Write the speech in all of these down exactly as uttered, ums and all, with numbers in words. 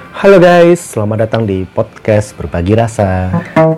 Halo guys, selamat datang di podcast Berbagi Rasa.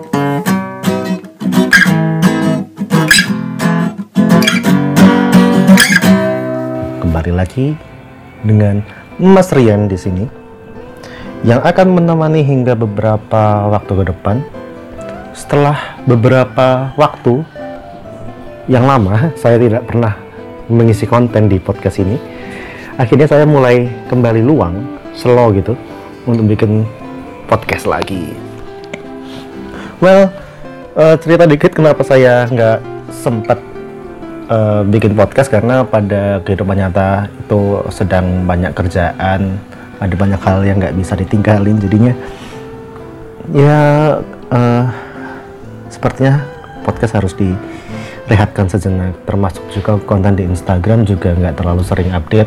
Kembali lagi dengan Mas Rian di sini yang akan menemani hingga beberapa waktu ke depan. Setelah beberapa waktu yang lama saya tidak pernah mengisi konten di podcast ini, akhirnya saya mulai kembali luang, slow gitu, untuk bikin podcast lagi. Well, uh, cerita dikit kenapa saya nggak sempat uh, bikin podcast, karena pada kehidupan nyata itu sedang banyak kerjaan, ada banyak hal yang nggak bisa ditinggalin, jadinya ya uh, sepertinya podcast harus direhatkan sejenak. Termasuk juga konten di Instagram juga nggak terlalu sering update.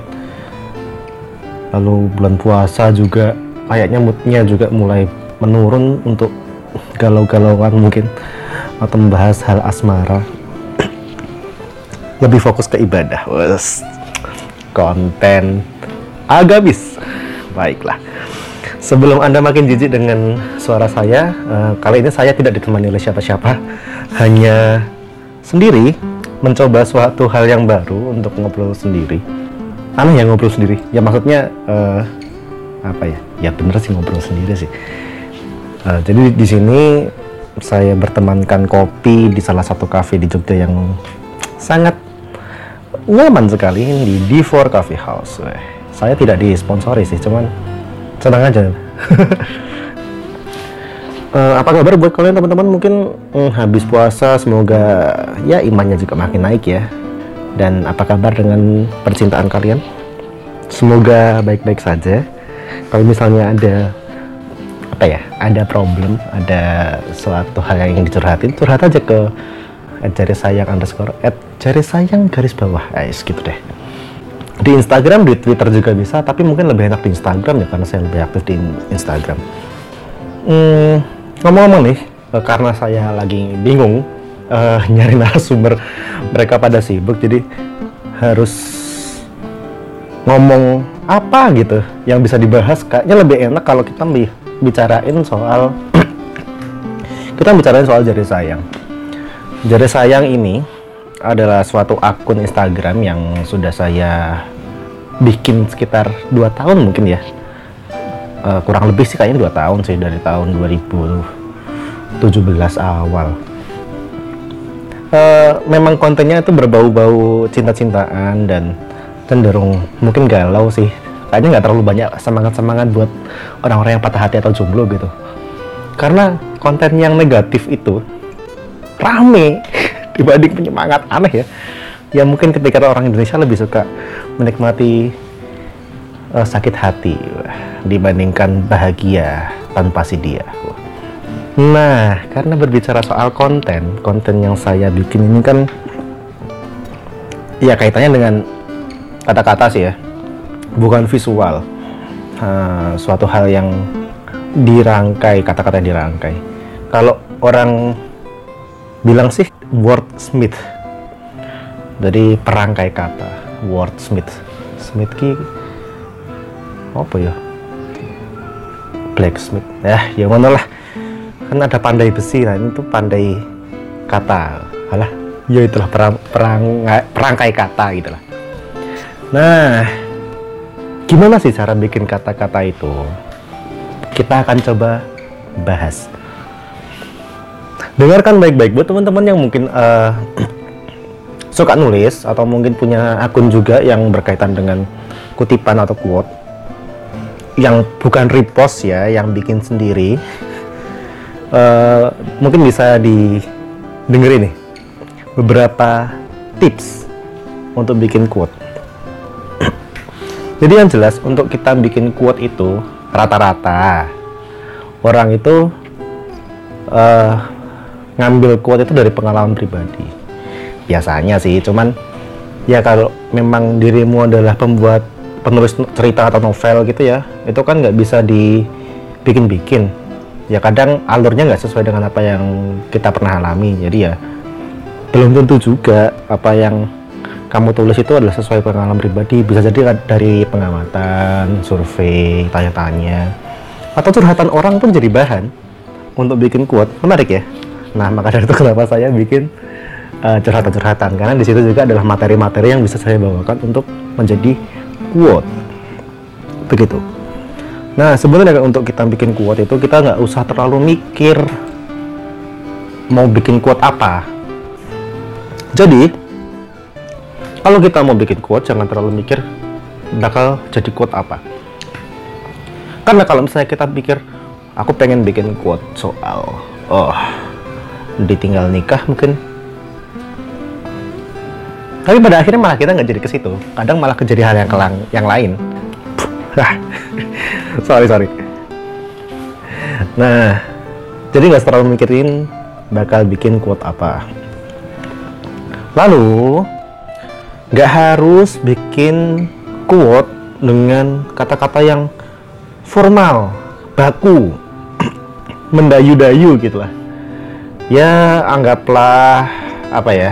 Lalu bulan puasa juga kayaknya moodnya juga mulai menurun untuk galau-galauan mungkin, atau membahas hal asmara. Lebih fokus ke ibadah. Wes, konten agamis. Baiklah, sebelum Anda makin jijik dengan suara saya, uh, kali ini saya tidak ditemani oleh siapa-siapa, hanya sendiri mencoba suatu hal yang baru untuk ngobrol sendiri. Aneh ya ngobrol sendiri, ya maksudnya uh, apa ya? Ya bener sih ngobrol sendiri sih. Uh, jadi di sini saya bertemankan kopi di salah satu kafe di Jogja yang sangat nyaman sekali, di D four Coffee House. Eh, saya tidak disponsori sih, cuman senang aja. uh, apa kabar buat kalian teman-teman? Mungkin hmm, habis puasa, semoga ya imannya juga makin naik ya. Dan apa kabar dengan percintaan kalian? Semoga baik-baik saja. Kalau misalnya ada apa ya, ada problem, ada suatu hal yang ingin dicurhatin, curhat aja ke at jari sayang underscore at jari sayang garis bawah, guys, gitu deh. Di Instagram, di Twitter juga bisa, tapi mungkin lebih enak di Instagram ya, karena saya lebih aktif di Instagram. Hmm, ngomong-ngomong nih, karena saya lagi bingung uh, nyari narasumber, mereka pada sibuk, jadi harus ngomong apa gitu yang bisa dibahas. Kayaknya lebih enak kalau kita bicarain soal kita bicarain soal jari sayang. Jari sayang ini adalah suatu akun Instagram yang sudah saya bikin sekitar dua tahun mungkin ya, uh, kurang lebih sih kayaknya dua tahun sih, dari tahun dua ribu tujuh belas awal. Uh, memang kontennya itu berbau-bau cinta-cintaan dan cenderung mungkin galau sih. Kayaknya nggak terlalu banyak semangat-semangat buat orang-orang yang patah hati atau jomblo gitu. Karena konten yang negatif itu rame dibanding penyemangat. Aneh ya. Ya mungkin ketika orang Indonesia lebih suka menikmati uh, sakit hati dibandingkan bahagia tanpa si dia. Nah, karena berbicara soal konten, konten yang saya bikin ini kan ya kaitannya dengan kata-kata sih ya, bukan visual. Uh, suatu hal yang dirangkai, kata-kata yang dirangkai. Kalau orang bilang sih wordsmith, dari perangkai kata, wordsmith. Smith ki apa ya? Blacksmith. Ya, ya mana lah. Kan ada pandai besi, nah ini tuh pandai kata. Alah, ya itulah perang, perang, perangkai kata gitu lah. Nah, gimana sih cara bikin kata-kata itu? Kita akan coba bahas. Dengarkan baik-baik buat teman-teman yang mungkin uh, suka nulis atau mungkin punya akun juga yang berkaitan dengan kutipan atau quote yang bukan repost ya, yang bikin sendiri. Uh, mungkin bisa didengerin nih beberapa tips untuk bikin quote. Jadi yang jelas, untuk kita bikin quote itu rata-rata orang itu uh, ngambil quote itu dari pengalaman pribadi biasanya sih. Cuman ya kalau memang dirimu adalah pembuat, penulis cerita atau novel gitu ya, itu kan nggak bisa dibikin-bikin ya. Kadang alurnya nggak sesuai dengan apa yang kita pernah alami, jadi ya belum tentu juga apa yang kamu tulis itu adalah sesuai pengalaman pribadi. Bisa jadi dari pengamatan, survei, tanya-tanya, atau curhatan orang pun jadi bahan untuk bikin quote. Menarik ya. Nah, maka dari itu kenapa saya bikin uh, curhatan-curhatan, karena di situ juga adalah materi-materi yang bisa saya bawakan untuk menjadi quote. Begitu. Nah, sebenarnya untuk kita bikin quote itu kita nggak usah terlalu mikir mau bikin quote apa. Jadi, kalau kita mau bikin quote, jangan terlalu mikir bakal jadi quote apa. Karena kalau misalnya kita pikir, aku pengen bikin quote soal, oh, ditinggal nikah mungkin. Tapi pada akhirnya malah kita nggak jadi ke situ. Kadang malah kejadi hal yang kelang, yang lain. sorry sorry. Nah, jadi nggak terlalu mikirin bakal bikin quote apa. Lalu, nggak harus bikin quote dengan kata-kata yang formal, baku, mendayu-dayu gitu lah. Ya, anggaplah apa ya?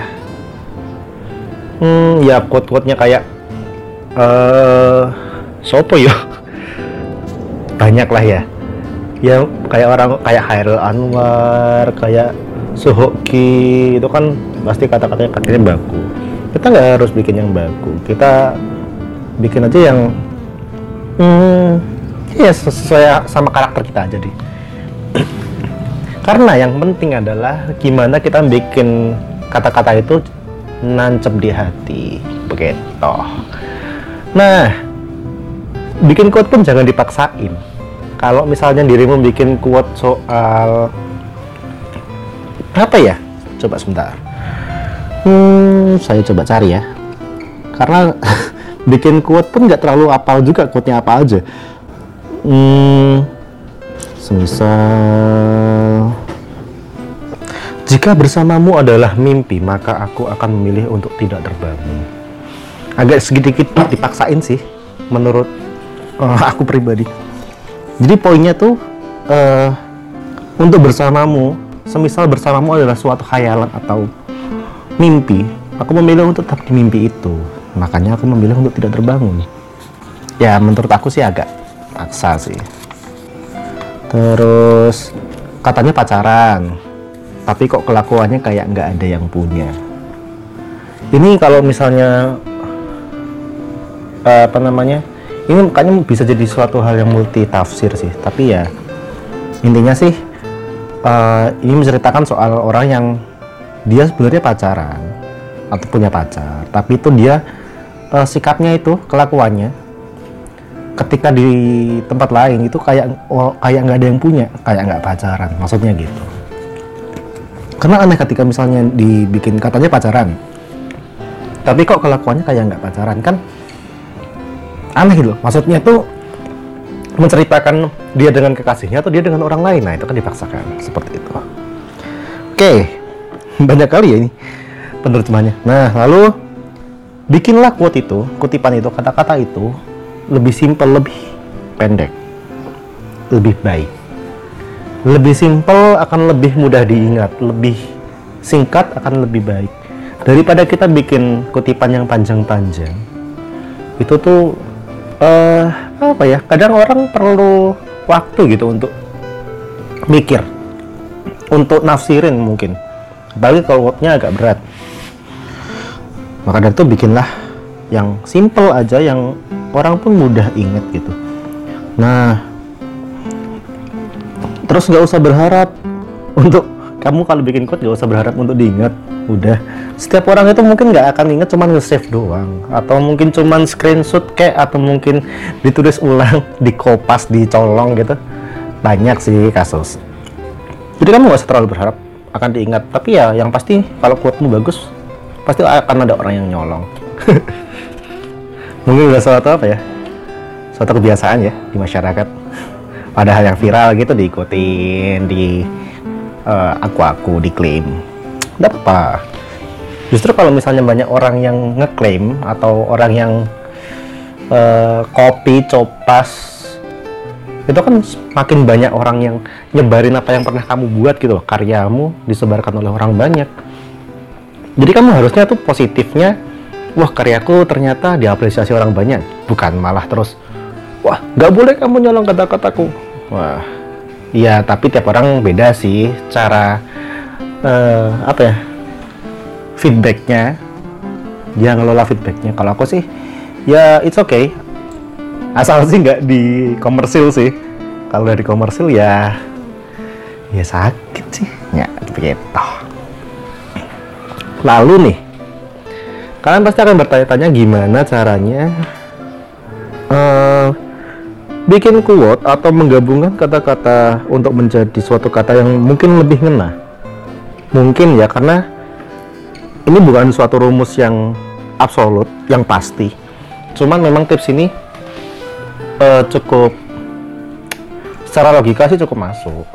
Hmm, ya quote-quote-nya kayak eh uh, sopo yo. Banyak lah ya. Ya kayak orang kayak Chairul Anwar, kayak Sohoki, itu kan pasti kata-katanya katanya baku. Kita nggak harus bikin yang baku. Kita bikin aja yang hmm, ya sesuai sama karakter kita aja deh. Karena yang penting adalah gimana kita bikin kata-kata itu nancep di hati, begitu. Nah, bikin quote pun jangan dipaksain. Kalau misalnya dirimu bikin quote soal apa ya? Coba sebentar. Hmm, saya coba cari ya. Karena bikin quote pun nggak terlalu apal juga quote-nya apa aja. Hmm, semisal, jika bersamamu adalah mimpi, maka aku akan memilih untuk tidak terbangun. Agak sedikit dipaksain sih, menurut uh, aku pribadi. Jadi poinnya tuh, uh, untuk bersamamu, semisal bersamamu adalah suatu khayalan atau mimpi, aku memilih untuk tetap di mimpi itu. Makanya aku memilih untuk tidak terbangun. Ya, menurut aku sih agak paksa sih. Terus katanya pacaran, tapi kok kelakuannya kayak nggak ada yang punya. Ini kalau misalnya uh, apa namanya, ini makanya bisa jadi suatu hal yang multi tafsir sih. Tapi ya intinya sih uh, ini menceritakan soal orang yang dia sebenarnya pacaran atau punya pacar, tapi itu dia uh, sikapnya itu, kelakuannya ketika di tempat lain itu kayak oh, kayak nggak ada yang punya, kayak nggak pacaran, maksudnya gitu. Karena aneh ketika misalnya dibikin katanya pacaran, tapi kok kelakuannya kayak nggak pacaran, kan aneh gitu. Maksudnya tuh menceritakan dia dengan kekasihnya atau dia dengan orang lain, nah itu kan dipaksakan seperti itu. Oke, banyak kali ya ini penerjemahnya. Nah, lalu bikinlah quote itu, kutipan itu, kata-kata itu lebih simpel, lebih pendek, lebih baik. Lebih simpel akan lebih mudah diingat, lebih singkat akan lebih baik. Daripada kita bikin kutipan yang panjang-panjang, itu tuh uh, apa ya? Kadang orang perlu waktu gitu untuk mikir, untuk nafsirin mungkin. Apalagi kalau quote-nya agak berat. Maka dari itu bikinlah yang simple aja, yang orang pun mudah ingat gitu. Nah, terus nggak usah berharap untuk kamu kalau bikin quote, nggak usah berharap untuk diingat. Udah, setiap orang itu mungkin nggak akan ingat, cuman nge-save doang, atau mungkin cuman screenshot kayak, atau mungkin ditulis ulang, dikopas, dicolong gitu. Banyak sih kasus. Jadi kamu nggak usah terlalu berharap akan diingat. Tapi ya yang pasti kalau quote-mu bagus, pasti akan ada orang yang nyolong. Mungkin udah suatu apa ya, suatu kebiasaan ya di masyarakat. Padahal yang viral gitu diikutin, di uh, aku-aku, diklaim. Nggak apa-apa. Justru kalau misalnya banyak orang yang ngeklaim atau orang yang uh, copy, copas, itu kan makin banyak orang yang nyebarin apa yang pernah kamu buat gitu loh. Karyamu disebarkan oleh orang banyak. Jadi kamu harusnya tuh positifnya, wah karyaku ternyata diapresiasi orang banyak, bukan malah terus, wah nggak boleh kamu nyolong kata-kataku. Wah, iya, tapi tiap orang beda sih cara uh, apa ya feedbacknya, dia ngelola feedbacknya. Kalau aku sih ya it's okay, asal sih nggak di komersil sih. Kalau dari komersil ya ya sakit sih ya begitu. Lalu nih, kalian pasti akan bertanya-tanya gimana caranya uh, bikin quote atau menggabungkan kata-kata untuk menjadi suatu kata yang mungkin lebih ngena. Mungkin ya, karena ini bukan suatu rumus yang absolut, yang pasti. Cuman memang tips ini uh, cukup, secara logika sih cukup masuk.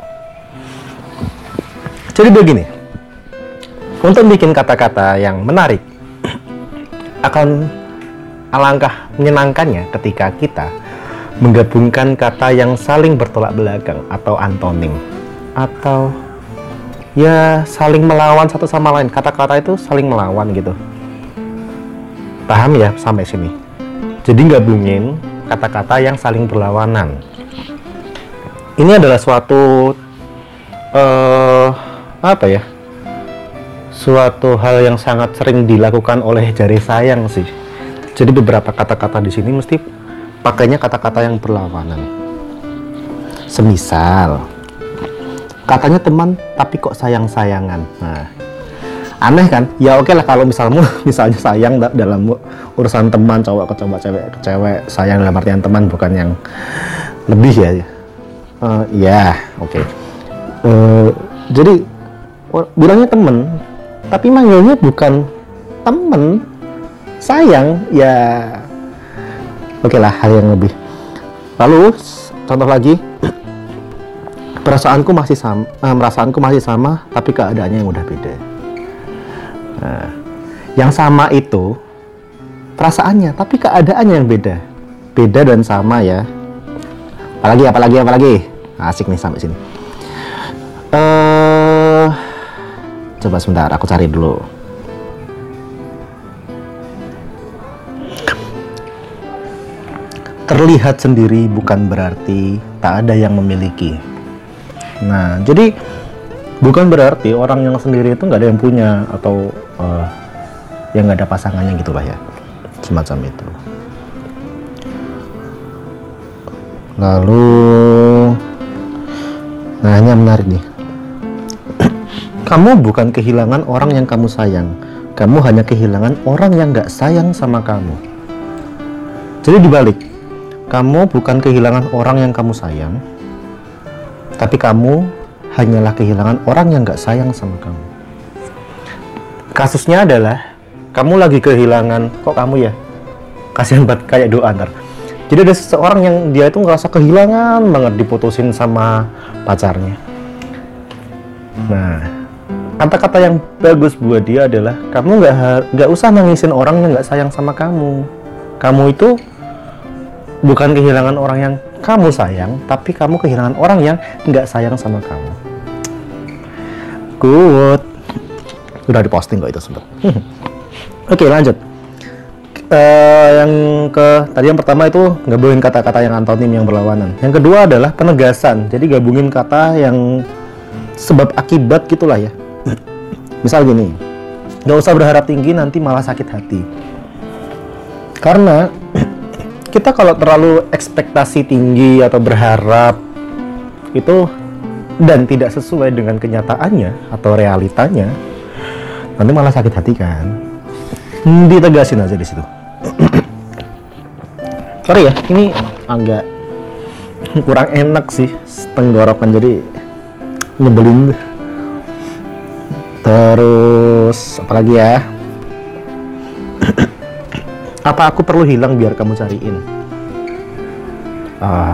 Jadi begini, untuk bikin kata-kata yang menarik akan alangkah menyenangkannya ketika kita menggabungkan kata yang saling bertolak belakang atau antonim, atau ya saling melawan satu sama lain. Kata-kata itu saling melawan gitu. Paham ya sampai sini? Jadi gabungin kata-kata yang saling berlawanan. Ini adalah suatu uh, apa ya? Suatu hal yang sangat sering dilakukan oleh jari sayang sih. Jadi beberapa kata-kata di sini mesti pakainya kata-kata yang berlawanan. Semisal katanya teman tapi kok sayang-sayangan. Nah, aneh kan? Ya oke lah kalau misalmu misalnya sayang dalam urusan teman, cowok ke cowok, cewek ke cewek, sayang dalam artian teman, bukan yang lebih ya. Uh, ya oke. Okay. Uh, jadi oh, bilangnya temen, tapi manggilnya bukan temen, sayang, ya oke lah, hal yang lebih. Lalu contoh lagi, perasaanku masih sama, eh, perasaanku masih sama, tapi keadaannya yang udah beda. Nah, yang sama itu perasaannya, tapi keadaannya yang beda, beda dan sama ya. Apalagi, apalagi, apalagi, asik nih sampai sini. Uh, coba sebentar, aku cari dulu. Terlihat sendiri bukan berarti tak ada yang memiliki. Nah, jadi bukan berarti orang yang sendiri itu nggak ada yang punya, atau uh, yang nggak ada pasangannya gitulah ya, semacam itu. Lalu, nah ini yang menarik nih. Kamu bukan kehilangan orang yang kamu sayang, kamu hanya kehilangan orang yang nggak sayang sama kamu. Jadi dibalik, kamu bukan kehilangan orang yang kamu sayang, tapi kamu hanyalah kehilangan orang yang gak sayang sama kamu. Kasusnya adalah kamu lagi kehilangan, kok kamu ya? Kasihan banget, kayak doa ntar. Jadi ada seseorang yang dia itu ngerasa kehilangan banget, diputusin sama pacarnya. Nah, kata-kata yang bagus buat dia adalah kamu gak, gak usah nangisin orang yang gak sayang sama kamu. Kamu itu bukan kehilangan orang yang kamu sayang, tapi kamu kehilangan orang yang nggak sayang sama kamu. Good. Udah diposting kok itu sempet. Oke, lanjut. Uh, yang ke tadi yang pertama itu gabungin kata-kata yang antonim yang berlawanan. Yang kedua adalah penegasan. Jadi gabungin kata yang sebab akibat gitulah ya. Misal gini, nggak usah berharap tinggi, nanti malah sakit hati. Karena kita kalau terlalu ekspektasi tinggi atau berharap itu dan tidak sesuai dengan kenyataannya atau realitanya, nanti malah sakit hati kan. Ditegasin aja di situ. Sorry ya, ini agak kurang enak sih tenggorokan, jadi nyebelin. Terus apalagi ya? Apa aku perlu hilang biar kamu cariin? Ah,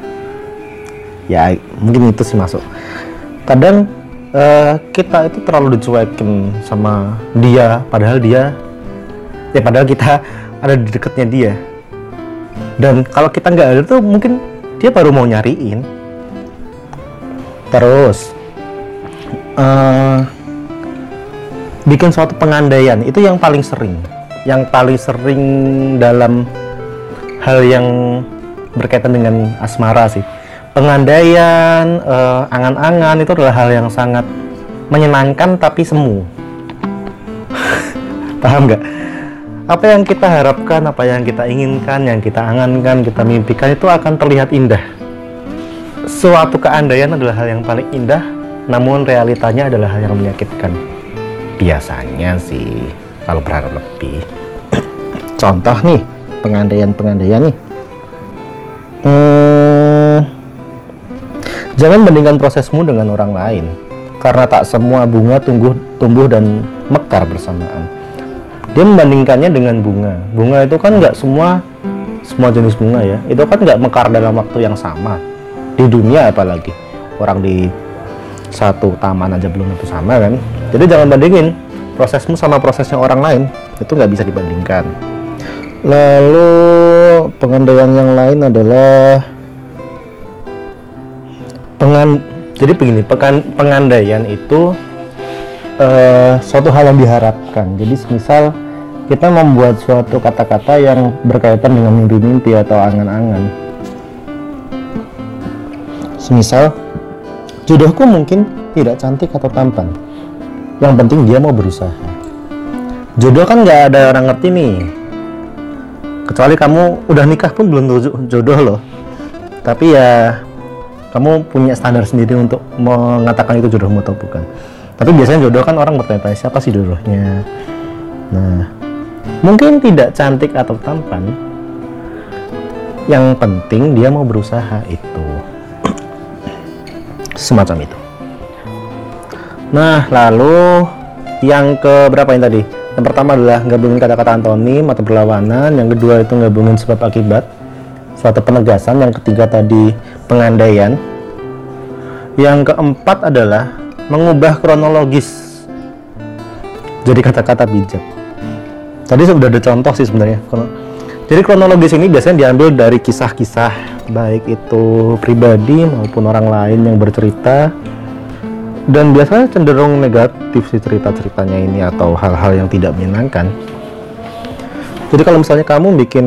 ya mungkin itu sih masuk. Kadang uh, kita itu terlalu dicuekin sama dia, padahal dia, ya padahal kita ada di dekatnya dia. Dan kalau kita nggak ada tuh mungkin dia baru mau nyariin. Terus uh, bikin suatu pengandaian, itu yang paling sering. Yang paling sering dalam hal yang berkaitan dengan asmara sih, pengandaian, uh, angan-angan itu adalah hal yang sangat menyenangkan tapi semu. Paham nggak? Apa yang kita harapkan, apa yang kita inginkan, yang kita angankan, kita mimpikan itu akan terlihat indah. Suatu keandaian adalah hal yang paling indah, namun realitanya adalah hal yang menyakitkan. Biasanya sih, kalau berharap lebih. Contoh nih, pengandaian-pengandaian nih. Hmm, jangan bandingkan prosesmu dengan orang lain, karena tak semua bunga tumbuh, tumbuh dan mekar bersamaan. Dia membandingkannya dengan bunga. Bunga itu kan nggak semua semua jenis bunga ya. Itu kan nggak mekar dalam waktu yang sama. Di dunia apalagi. Orang di satu taman aja belum tentu sama kan. Jadi jangan bandingin prosesmu sama prosesnya orang lain. Itu nggak bisa dibandingkan. Lalu pengandaian yang lain adalah pengan. Jadi begini, pekan, pengandaian itu uh, suatu hal yang diharapkan. Jadi semisal kita membuat suatu kata-kata yang berkaitan dengan mimpi-mimpi atau angan-angan. Semisal, jodohku mungkin tidak cantik atau tampan. Yang penting dia mau berusaha. Jodoh kan nggak ada orang ngerti nih. Kecuali kamu udah nikah pun belum jodoh loh. Tapi ya, kamu punya standar sendiri untuk mengatakan itu jodohmu atau bukan. Tapi biasanya jodoh kan orang bertanya-tanya siapa sih jodohnya. Nah, mungkin tidak cantik atau tampan, yang penting dia mau berusaha, itu semacam itu. Nah, lalu yang ke berapa yang tadi? Yang pertama adalah gabungin kata-kata antonim atau berlawanan. Yang kedua itu gabungin sebab akibat, suatu penegasan. Yang ketiga tadi pengandaian. Yang keempat adalah mengubah kronologis jadi kata-kata bijak. Tadi sudah ada contoh sih sebenarnya. Jadi kronologis ini biasanya diambil dari kisah-kisah, baik itu pribadi maupun orang lain yang bercerita, dan biasanya cenderung negatif sih cerita-ceritanya ini atau hal-hal yang tidak menyenangkan. Jadi kalau misalnya kamu bikin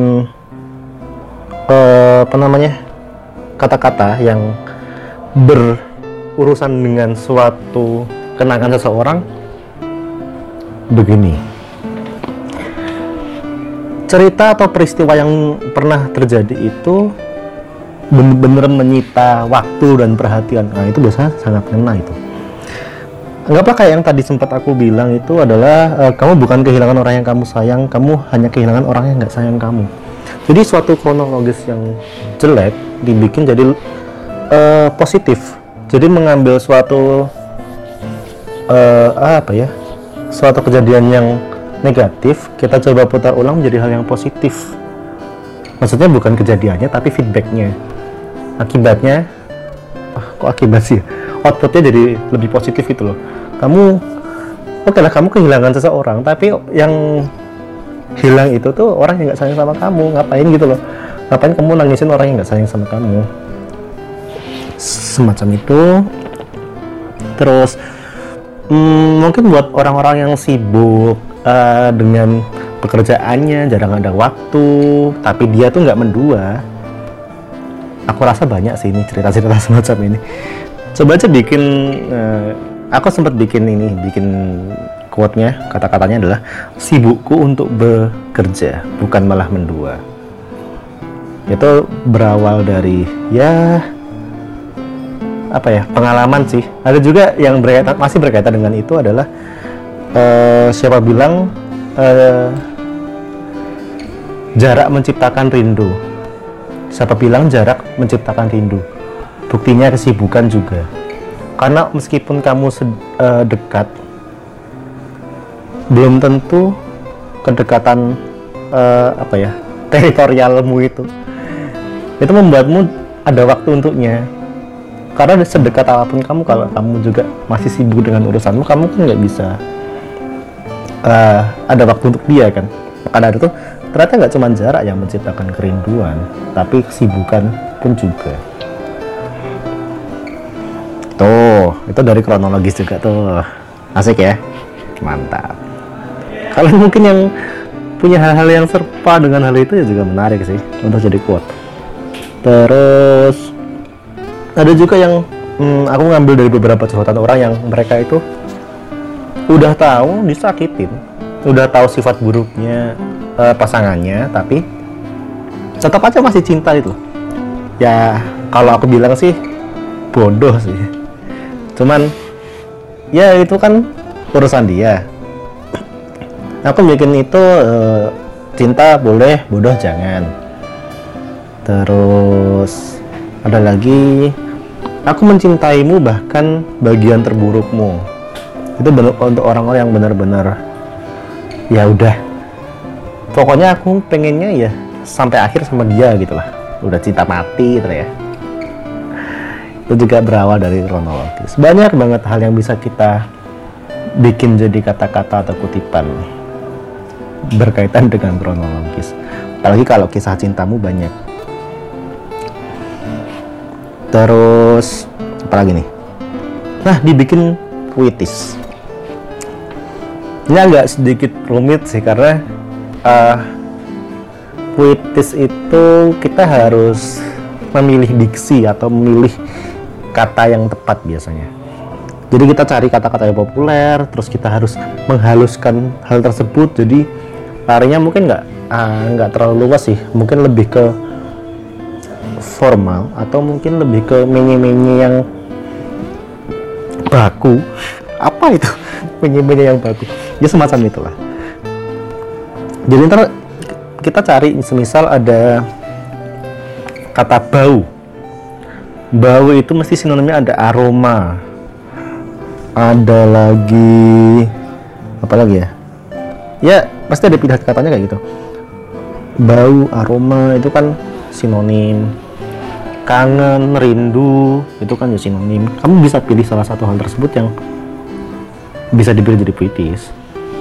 eh, apa namanya kata-kata yang berurusan dengan suatu kenangan seseorang, begini, cerita atau peristiwa yang pernah terjadi itu benar-benar menyita waktu dan perhatian. Nah, itu biasanya sangat kena itu. Anggaplah kayak yang tadi sempat aku bilang itu adalah uh, kamu bukan kehilangan orang yang kamu sayang, kamu hanya kehilangan orang yang nggak sayang kamu. Jadi suatu kronologis yang jelek dibikin jadi uh, positif. Jadi mengambil suatu uh, apa ya, suatu kejadian yang negatif, kita coba putar ulang menjadi hal yang positif. Maksudnya bukan kejadiannya tapi feedbacknya, akibatnya. Ah, kok akibat sih? Outputnya jadi lebih positif gitu loh. Kamu, oke okay lah, kamu kehilangan seseorang, tapi yang hilang itu tuh orang yang nggak sayang sama kamu. Ngapain gitu loh? Ngapain kamu nangisin orang yang nggak sayang sama kamu? Semacam itu. Terus hmm, mungkin buat orang-orang yang sibuk uh, dengan pekerjaannya, jarang ada waktu, tapi dia tuh nggak mendua. Aku rasa banyak sih ini cerita-cerita semacam ini. Coba aja bikin, uh, aku sempat bikin ini, bikin quote-nya, kata-katanya adalah sibukku untuk bekerja, bukan malah mendua. Itu berawal dari ya apa ya, pengalaman sih. Ada juga yang berkaitan, masih berkaitan dengan itu adalah uh, siapa bilang uh, jarak menciptakan rindu. Siapa bilang jarak menciptakan rindu? Buktinya kesibukan juga. Karena meskipun kamu sed- uh, dekat, belum tentu kedekatan uh, apa ya, teritorialmu itu itu membuatmu ada waktu untuknya. Karena sedekat apapun kamu, kalau kamu juga masih sibuk dengan urusanmu, kamu kan nggak bisa uh, ada waktu untuk dia kan. Maka dari itu ternyata nggak cuma jarak yang menciptakan kerinduan, tapi kesibukan pun juga. Tuh, itu dari kronologis juga tuh. Asik ya? Mantap. Kalau mungkin yang punya hal-hal yang serupa dengan hal itu ya juga menarik sih untuk jadi quote. Terus ada juga yang hmm, aku ngambil dari beberapa curhatan orang yang mereka itu udah tahu disakitin, udah tahu sifat buruknya uh, pasangannya, tapi tetap aja masih cinta itu. Ya kalau aku bilang sih bodoh sih, cuman ya itu kan urusan dia. Aku bikin itu uh, cinta boleh, bodoh jangan. Terus ada lagi, aku mencintaimu bahkan bagian terburukmu. Itu bener, untuk orang-orang yang benar-benar ya udah, pokoknya aku pengennya ya sampai akhir sama dia gitu lah, udah cinta mati gitu ya. Itu juga berawal dari kronologis. Banyak banget hal yang bisa kita bikin jadi kata-kata atau kutipan berkaitan dengan kronologis, apalagi kalau kisah cintamu banyak. Terus apa lagi nih? Nah, dibikin puitis. Ini agak sedikit rumit sih, karena uh, puitis itu kita harus memilih diksi atau memilih kata yang tepat biasanya. Jadi kita cari kata-kata yang populer, terus kita harus menghaluskan hal tersebut. Jadi larinya mungkin nggak uh, nggak terlalu luas sih, mungkin lebih ke formal atau mungkin lebih ke menye-menye yang baku. Apa itu menye-menye yang baku? Ya semacam itulah. Jadi ntar kita cari, semisal ada kata bau. Bau itu mesti sinonimnya ada aroma. Ada lagi apa lagi ya? Ya pasti ada pilihan katanya kayak gitu. Bau, aroma itu kan sinonim. Kangen, rindu itu kan ya sinonim. Kamu bisa pilih salah satu hal tersebut yang bisa dipilih jadi puitis.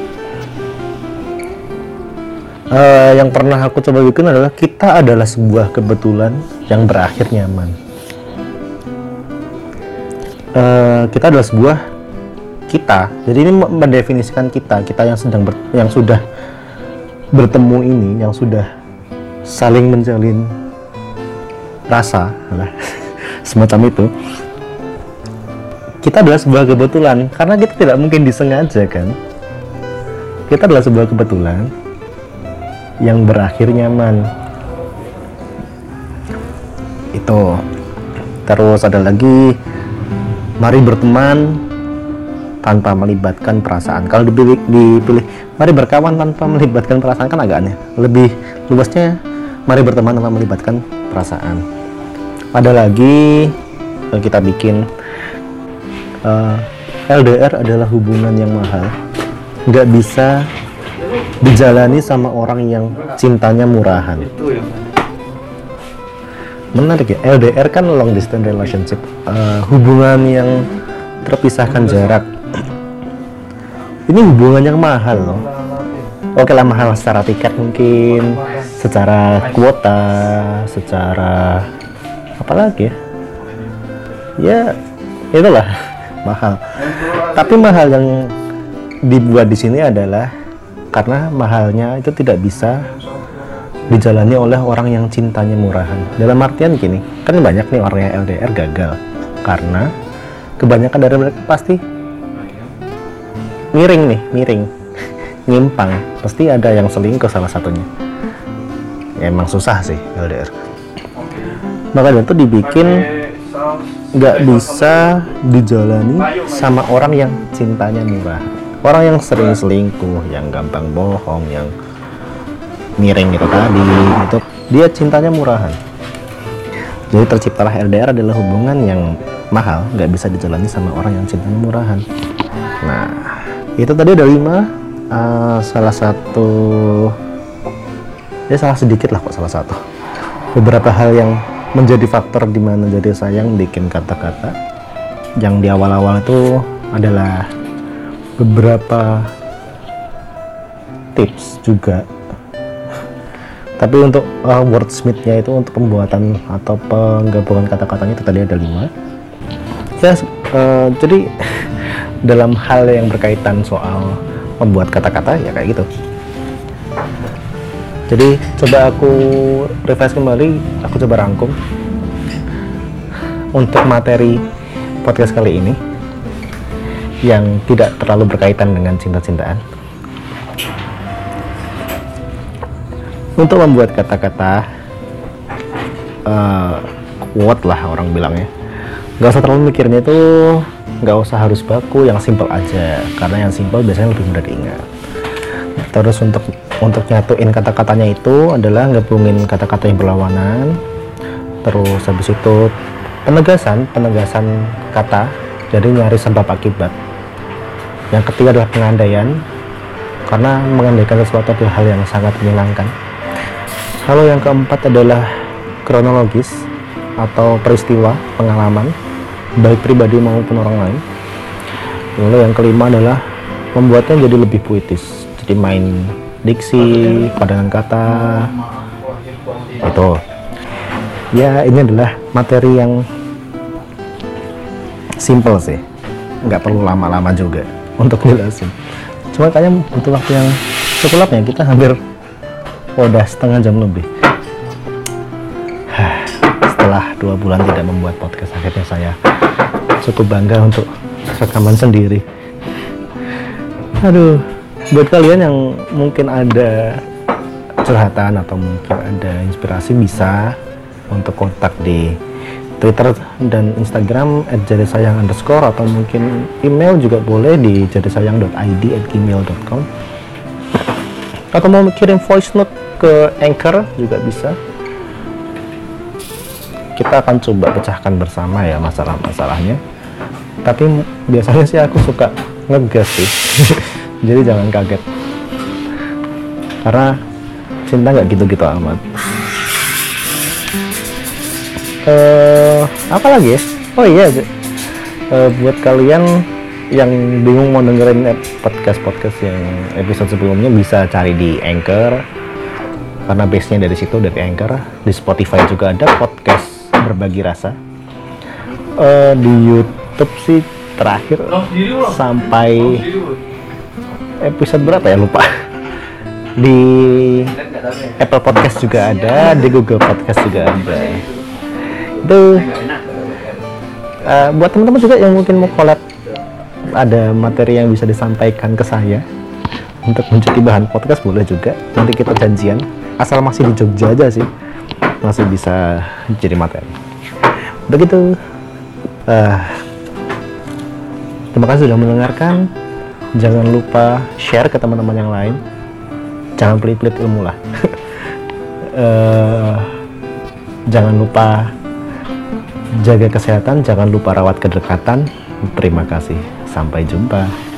Uh, yang pernah aku coba bikin adalah kita adalah sebuah kebetulan yang berakhir nyaman. Uh, kita adalah sebuah kita. Jadi ini mendefinisikan kita, kita yang sedang ber, yang sudah bertemu ini, yang sudah saling menjalin rasa, lah, semacam itu. Kita adalah sebuah kebetulan, karena kita tidak mungkin disengaja kan. Kita adalah sebuah kebetulan yang berakhir nyaman. Itu. Terus ada lagi, mari berteman tanpa melibatkan perasaan. Kalau dipilih, dipilih mari berkawan tanpa melibatkan perasaan kan agak aneh. Lebih luasnya mari berteman tanpa melibatkan perasaan. Ada lagi kita bikin uh, L D R adalah hubungan yang mahal, nggak bisa dijalani sama orang yang cintanya murahan. Menarik ya, L D R kan long distance relationship, uh, hubungan yang terpisahkan jarak. Ini hubungan yang mahal loh. Oke lah, mahal secara tiket mungkin, secara kuota, secara apa lagi ya? Ya itulah mahal. Tapi mahal yang dibuat di sini adalah karena mahalnya itu tidak bisa dijalani oleh orang yang cintanya murahan. Dalam artian gini, kan banyak nih orang yang L D R gagal karena kebanyakan dari mereka pasti miring nih, miring, nyimpang. Pasti ada yang selingkuh salah satunya. Ya, emang susah sih L D R. Makanya itu dibikin nggak bisa dijalani sama orang yang cintanya murah, orang yang sering selingkuh, yang gampang bohong, yang miring itu tadi, itu dia cintanya murahan. Jadi terciptalah L D R adalah hubungan yang mahal, nggak bisa dijalani sama orang yang cintanya murahan. Nah, itu tadi ada lima. Uh, salah satu, ya salah sedikit lah kok salah satu. Beberapa hal yang menjadi faktor di mana jadi sayang bikin kata-kata yang di awal-awal itu adalah beberapa tips juga. Tapi untuk uh, wordsmith-nya itu untuk pembuatan atau penggabungan kata-katanya itu tadi ada lima. Ya, uh, jadi dalam hal yang berkaitan soal membuat kata-kata ya kayak gitu. Jadi coba aku revise kembali, aku coba rangkum. untuk materi podcast kali ini yang tidak terlalu berkaitan dengan cinta-cintaan. Untuk membuat kata-kata uh, quote lah orang bilangnya, nggak usah terlalu mikirnya itu, nggak usah harus baku, yang simple aja, karena yang simple biasanya lebih mudah diingat. Terus untuk untuk nyatuin kata-katanya itu adalah gabungin kata-kata yang berlawanan. Terus habis itu penegasan penegasan kata, jadi nyari sebab akibat. Yang ketiga adalah pengandaian, karena mengandaikan sesuatu adalah hal yang sangat menyenangkan. Lalu yang keempat adalah kronologis atau peristiwa, pengalaman, baik pribadi maupun orang lain. Lalu yang kelima adalah membuatnya jadi lebih puitis, jadi main diksi, padangan kata. Itu ya, ini adalah materi yang simple sih, nggak perlu lama-lama juga untuk jelasin. Cuma kayaknya butuh waktu yang cukup lama ya, kita hampir udah setengah jam lebih. Setelah dua bulan tidak membuat podcast, akhirnya saya cukup bangga untuk rekaman sendiri. Aduh, buat kalian yang mungkin ada curhatan atau mungkin ada inspirasi, bisa untuk kontak di Twitter dan Instagram at jadisayang underscore, atau mungkin email juga boleh di jadisayang dot i d at gmail dot com, atau mau kirim voice note ke Anchor juga bisa. Kita akan coba pecahkan bersama ya masalah-masalahnya, tapi biasanya sih aku suka ngegas sih. Jadi jangan kaget, karena cinta nggak gitu-gitu amat. Uh, apa lagi ya? Oh iya, uh, buat kalian yang bingung mau dengerin podcast-podcast yang episode sebelumnya, bisa cari di Anchor, karena base-nya dari situ, dari Anchor. Di Spotify juga ada podcast berbagi rasa. Uh, di YouTube sih terakhir sampai episode berapa ya, lupa. Di Apple Podcast juga ada, di Google Podcast juga ada. Itu uh, buat teman-teman juga yang mungkin mau collab, ada materi yang bisa disampaikan ke saya untuk menjadi bahan podcast, boleh juga. Nanti kita janjian, asal masih di Jogja aja sih, masih bisa jadi materi. Begitu. Uh, terima kasih sudah mendengarkan. Jangan lupa share ke teman-teman yang lain. Jangan pelit-pelit ilmu lah. uh, jangan lupa jaga kesehatan, jangan lupa rawat kedekatan. Terima kasih, sampai jumpa.